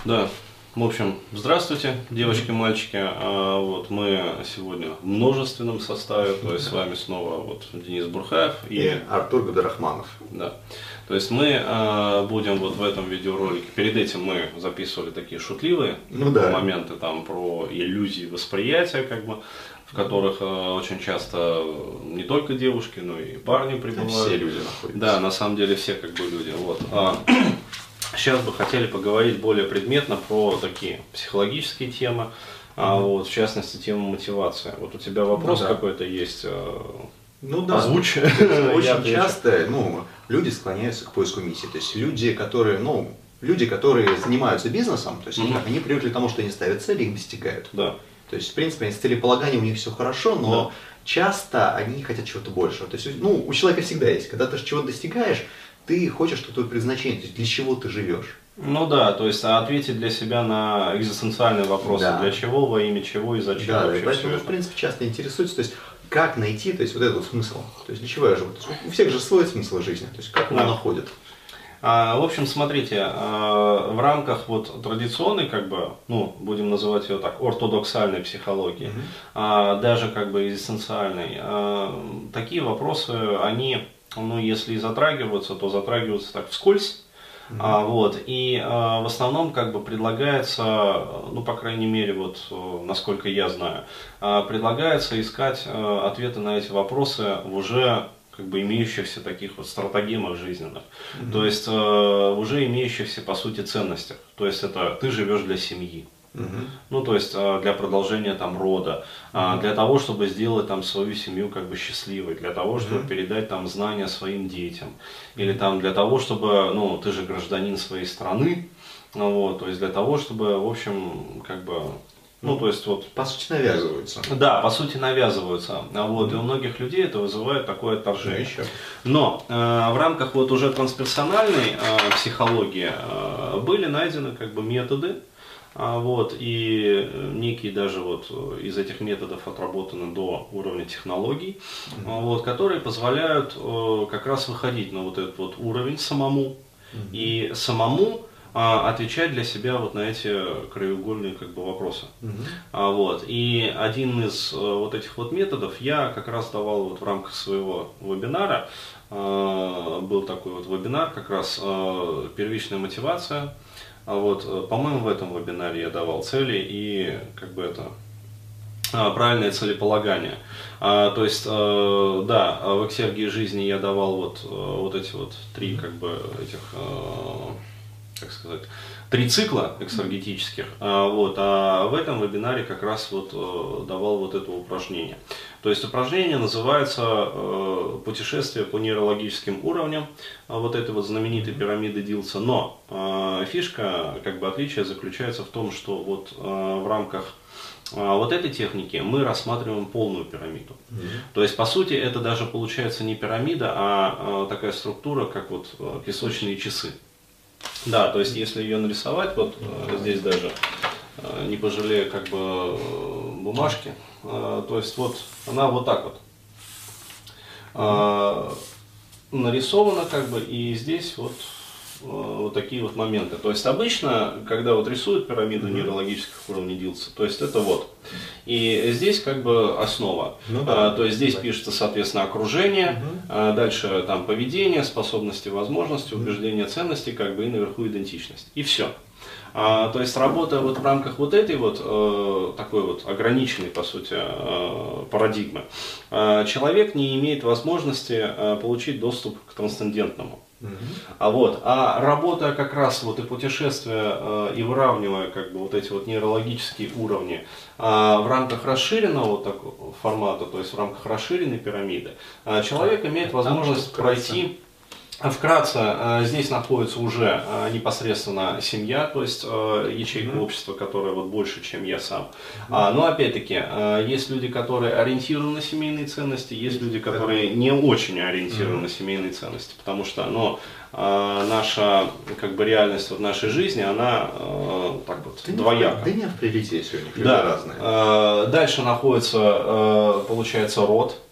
Да, в общем, здравствуйте, девочки, мальчики. Вот мы сегодня в множественном составе, то есть с вами снова вот Денис Бурхаев и Артур Габдрахманов. Да. То есть мы будем вот в этом видеоролике, перед этим мы записывали такие шутливые моменты там про иллюзии восприятия, как бы, в которых очень часто не только девушки, но и парни пребывают. Все люди находятся. Да, на самом деле все как бы люди. Вот. Сейчас бы хотели поговорить более предметно про такие психологические темы, вот, в частности тему мотивации. Вот у тебя вопрос какой-то есть? Озвучь. Очень часто люди склоняются к поиску миссии. То есть люди, которые занимаются бизнесом, то есть они привыкли к тому, что они ставят цели и их достигают. Да. То есть, в принципе, с целеполаганием у них все хорошо, но часто они хотят чего-то большего. То есть, у человека всегда есть, когда ты чего-то достигаешь, ты хочешь, что твое предназначение, то есть для чего ты живешь. Ну да, то есть ответить для себя на экзистенциальные вопросы, для чего, во имя чего и зачем вообще. Поэтому, в принципе, часто интересуется, то есть как найти, то есть вот этот смысл, то есть для чего я живу. У всех же свой смысл жизни, то есть как его находят. В общем, смотрите, в рамках вот традиционной, как бы, будем называть ее так, ортодоксальной психологии, даже как бы экзистенциальной, такие вопросы, они, если и затрагиваются, то затрагиваются так вскользь. Вот, и в основном как бы предлагается, по крайней мере, вот насколько я знаю, предлагается искать ответы на эти вопросы в уже как бы имеющихся таких вот стратегемах жизненных, то есть в уже имеющихся по сути ценностях, то есть это ты живешь для семьи. То есть для продолжения там рода, для того, чтобы сделать там свою семью как бы счастливой, для того, чтобы передать там знания своим детям, или там для того, чтобы, ты же гражданин своей страны, вот, то есть для того, чтобы, в общем, как бы, то есть вот... По сути навязываются. Да, по сути навязываются, вот, и у многих людей это вызывает такое отторжение. Но в рамках вот уже трансперсональной психологии были найдены как бы методы, вот, и некие даже вот из этих методов отработаны до уровня технологий, вот, которые позволяют как раз выходить на вот этот вот уровень самому и самому отвечать для себя вот на эти краеугольные как бы вопросы. Вот, и один из вот этих вот методов я как раз давал вот в рамках своего вебинара. Был такой вот вебинар, как раз первичная мотивация. Вот, по-моему, в этом вебинаре я давал цели и как бы это правильное целеполагание. То есть, да, в эксергии жизни я давал вот эти вот три как бы этих, как сказать, 3 цикла эксергетических, вот, а в этом вебинаре как раз вот давал вот это упражнение. То есть упражнение называется «Путешествие по нейрологическим уровням», вот этой вот знаменитой пирамиды Дилса. Но фишка, как бы отличие заключается в том, что вот в рамках вот этой техники мы рассматриваем полную пирамиду. То есть, по сути, это даже получается не пирамида, а такая структура, как вот песочные часы. Да, то есть, если ее нарисовать, вот здесь даже не пожалею как бы бумажки, то есть, вот она вот так вот нарисована, как бы, и здесь вот такие вот моменты. То есть обычно, когда вот рисуют пирамиду нейрологических уровней Дилса, то есть это вот. И здесь как бы основа. То есть здесь пишется, соответственно, окружение, дальше там поведение, способности, возможности, убеждения, ценности, как бы и наверху идентичность. И все. То есть работая вот в рамках вот этой вот такой вот ограниченной, по сути, парадигмы, человек не имеет возможности получить доступ к трансцендентному. А работая как раз вот и путешествуя и выравнивая как бы вот эти вот нейрологические уровни в рамках расширенного вот такого формата, то есть в рамках расширенной пирамиды, человек имеет возможность пройти. Вкратце, здесь находится уже непосредственно семья, то есть ячейка общества, которая вот больше, чем я сам. Но опять-таки, есть люди, которые ориентированы на семейные ценности, есть люди, которые не очень ориентированы на семейные ценности, потому что наша как бы реальность в нашей жизни, она так вот двояка. Да не в приоритете у них люди разные. Дальше находится, получается, род.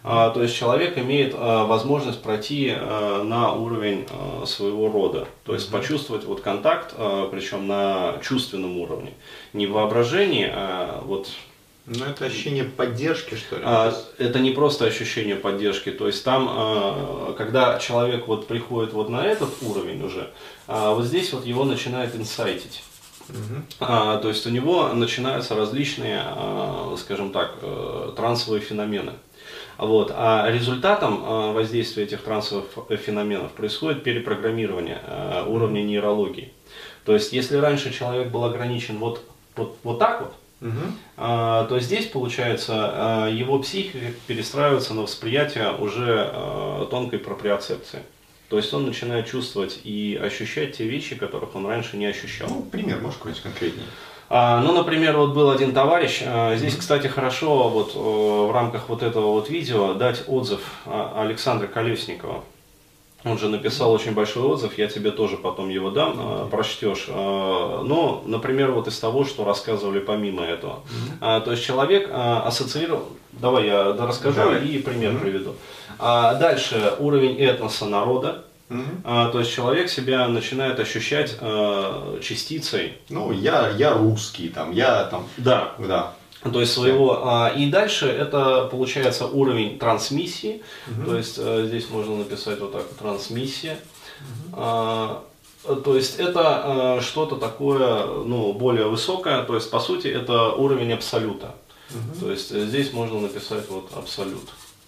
То есть человек имеет возможность пройти на уровень своего рода, то есть почувствовать вот контакт, причем на чувственном уровне, не в воображении, а вот. Ну, это ощущение поддержки, что ли? Это не просто ощущение поддержки, то есть там, когда человек вот приходит вот на этот уровень уже, вот здесь вот его начинает инсайтить. То есть у него начинаются различные, скажем так, трансовые феномены. Вот. А результатом воздействия этих трансовых феноменов происходит перепрограммирование уровня нейрологии. То есть если раньше человек был ограничен вот так вот, то здесь, получается, его психика перестраивается на восприятие уже тонкой проприоцепции. То есть он начинает чувствовать и ощущать те вещи, которых он раньше не ощущал. Ну, пример, можешь какой-нибудь конкретнее? Ну, например, вот был один товарищ, здесь, кстати, хорошо вот в рамках вот этого вот видео дать отзыв Александра Колесникова. Он же написал очень большой отзыв, я тебе тоже потом его дам, прочтешь. Но, например, вот из того, что рассказывали помимо этого. То есть человек ассоциировал, давай я расскажу и пример приведу. Дальше уровень этноса народа. То есть человек себя начинает ощущать частицей. Ну, я русский, там, я там. Да. Да. То есть своего. И дальше это получается уровень трансмиссии. То есть здесь можно написать вот так: трансмиссия. То есть это что-то такое, ну, более высокое. То есть по сути это уровень абсолюта. То есть здесь можно написать вот абсолют.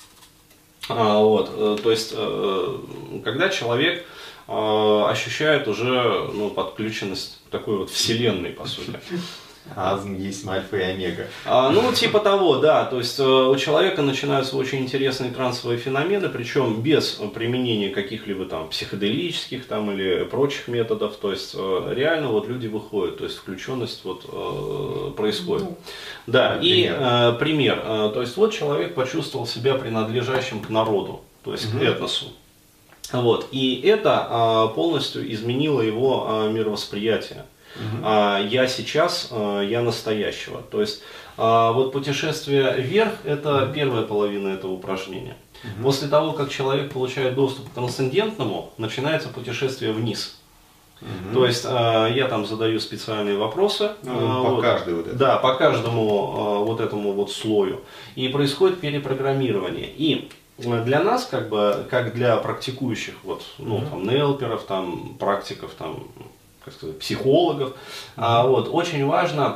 Вот, то есть, когда человек ощущает уже, ну, подключенность такой вот вселенной, по сути. Азм есть альфа и омега. Ну, типа того, да. То есть у человека начинаются очень интересные трансовые феномены, причем без применения каких-либо там психоделических там или прочих методов. То есть реально вот люди выходят, то есть включенность вот происходит. Ну, да, и пример. То есть вот человек почувствовал себя принадлежащим к народу, то есть к этносу. Вот, и это полностью изменило его мировосприятие. Я сейчас, я настоящего. То есть вот путешествие вверх – это первая половина этого упражнения. После того, как человек получает доступ к трансцендентному, начинается путешествие вниз. То есть я там задаю специальные вопросы. По каждой вот этой. Да, по каждому вот этому вот слою. И происходит перепрограммирование. И для нас, как бы, как для практикующих, вот, ну, там, нелперов, там, практиков, там, как сказать, психологов, вот, очень важно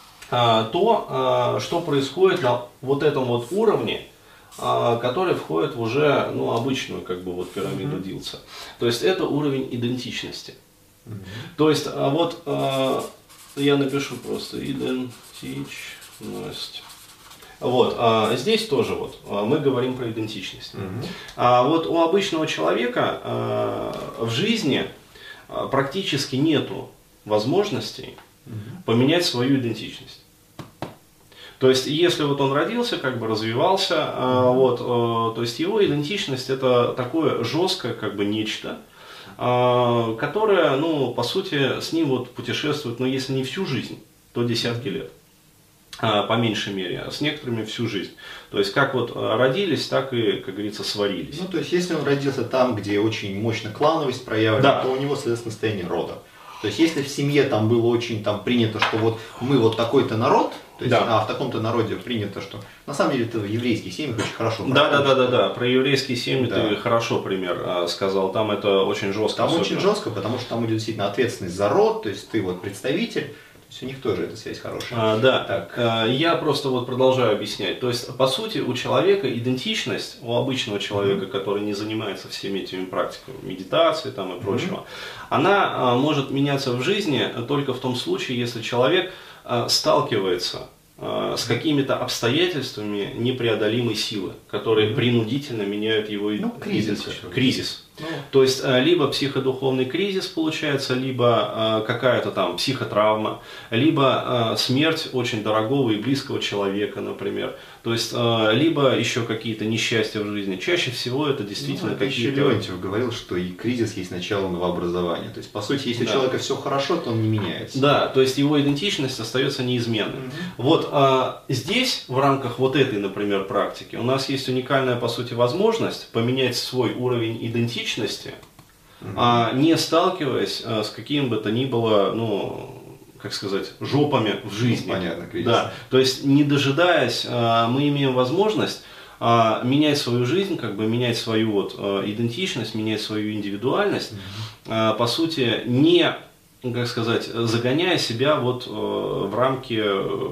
то, что происходит на вот этом вот уровне, который входит в уже, ну, обычную, как бы, вот, пирамиду Дилса. То есть это уровень идентичности. То есть вот я напишу просто идентичность. Вот, здесь тоже вот мы говорим про идентичность. Вот у обычного человека в жизни практически нету возможностей поменять свою идентичность. То есть, если вот он родился, как бы развивался, вот, то есть его идентичность это такое жесткое, как бы, нечто, которое, ну, по сути, с ним вот путешествует, но если не всю жизнь, то десятки лет. По меньшей мере, а с некоторыми всю жизнь. То есть, как вот родились, так и, как говорится, сварились. Ну, то есть, если он родился там, где очень мощно клановость проявлена, то у него, соответственно, состояние рода. То есть, если в семье там было очень там принято, что вот мы вот такой-то народ, то есть, в таком-то народе принято, что на самом деле это в еврейских семьях очень хорошо. Да. Про еврейские семьи ты хорошо пример сказал. Там это очень жестко. Там очень жестко, потому что там идет действительно ответственность за род, то есть ты вот представитель. У них тоже эта связь хорошая. Я просто вот продолжаю объяснять. То есть, по сути, у человека идентичность, у обычного человека, который не занимается всеми этими практиками, медитации там и прочего, она может меняться в жизни только в том случае, если человек сталкивается с какими-то обстоятельствами непреодолимой силы, которые принудительно меняют его идентичность. Кризис. То есть, либо психодуховный кризис получается, либо какая-то там психотравма, либо смерть очень дорогого и близкого человека, например. То есть, либо еще какие-то несчастья в жизни. Чаще всего это действительно какие-то... Леонтьев говорил, что и кризис есть начало новообразования. То есть, по сути, если у человека все хорошо, то он не меняется. Да, то есть его идентичность остается неизменной. Вот здесь, в рамках вот этой, например, практики, у нас есть уникальная, по сути, возможность поменять свой уровень идентичности, не сталкиваясь с каким бы то ни было, ну, как сказать, жопами в жизни. Понятно, кризис. Да, то есть, не дожидаясь, мы имеем возможность менять свою жизнь, как бы менять свою вот идентичность, менять свою индивидуальность, по сути, не, как сказать, загоняя себя вот в рамки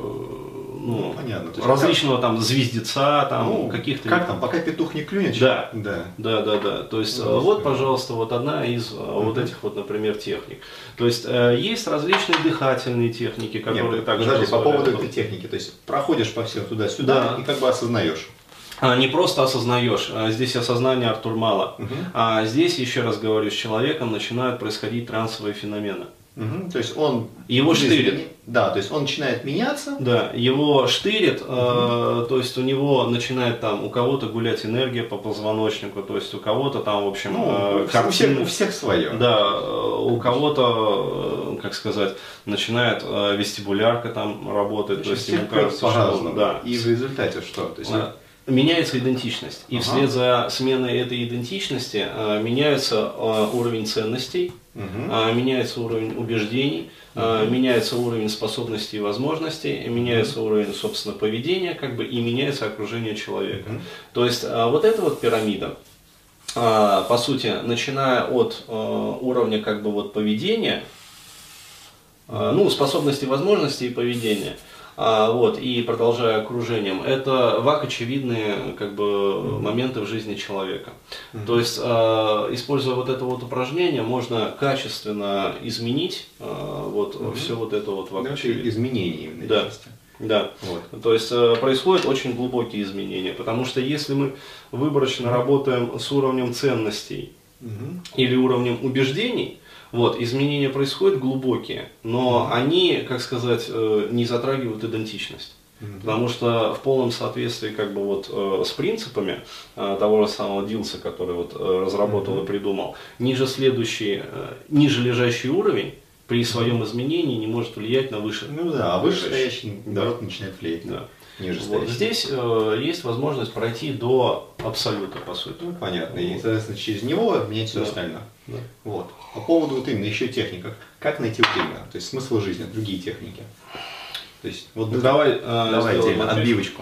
понятно. различного там звездеца, там каких-то... Как там, пока петух не клюнет? Да. То есть вот, пожалуйста, вот одна из вот этих вот, например, техник. То есть есть различные дыхательные техники, которые также... Подожди, по поводу этой техники, то есть проходишь по всем туда-сюда и как бы осознаешь. Не просто осознаешь, здесь осознание Артур мало. Здесь, еще раз говорю, с человеком начинают происходить трансовые феномены. То есть он его штырит. Да, то есть он начинает меняться. Да, его штырит, то есть у него начинает там у кого-то гулять энергия по позвоночнику, то есть у кого-то там, в общем, картины. У всех свое. Да, у кого-то, как сказать, начинает вестибулярка там работать, то есть ему кажется, что... Да. И в результате что? То есть, меняется идентичность. И вслед за сменой этой идентичности меняется уровень ценностей, меняется уровень убеждений, меняется уровень способностей и возможностей, меняется уровень, собственно, поведения, как бы, и меняется окружение человека. То есть вот эта вот пирамида, по сути, начиная от уровня как бы вот поведения, способностей, возможностей и поведения, и продолжая окружением, это очевидные как бы моменты в жизни человека. То есть, используя вот это вот упражнение, можно качественно изменить все вот это вот очевидно. Изменения именно. Да. Вот. То есть происходят очень глубокие изменения, потому что если мы выборочно работаем с уровнем ценностей или уровнем убеждений, изменения происходят глубокие, но они, как сказать, не затрагивают идентичность. Потому что в полном соответствии как бы с принципами того же самого Дилса, который разработал и придумал, ниже лежащий уровень при своем изменении не может влиять на выше. А вышестоящий, наоборот, начинает влиять на нижестоящий. Здесь есть возможность пройти до абсолюта, по сути. Понятно. И, соответственно, через него менять все остальное. По поводу именно еще техника. Как найти именно? То есть смысл жизни, другие техники. То есть, давай отбивочку.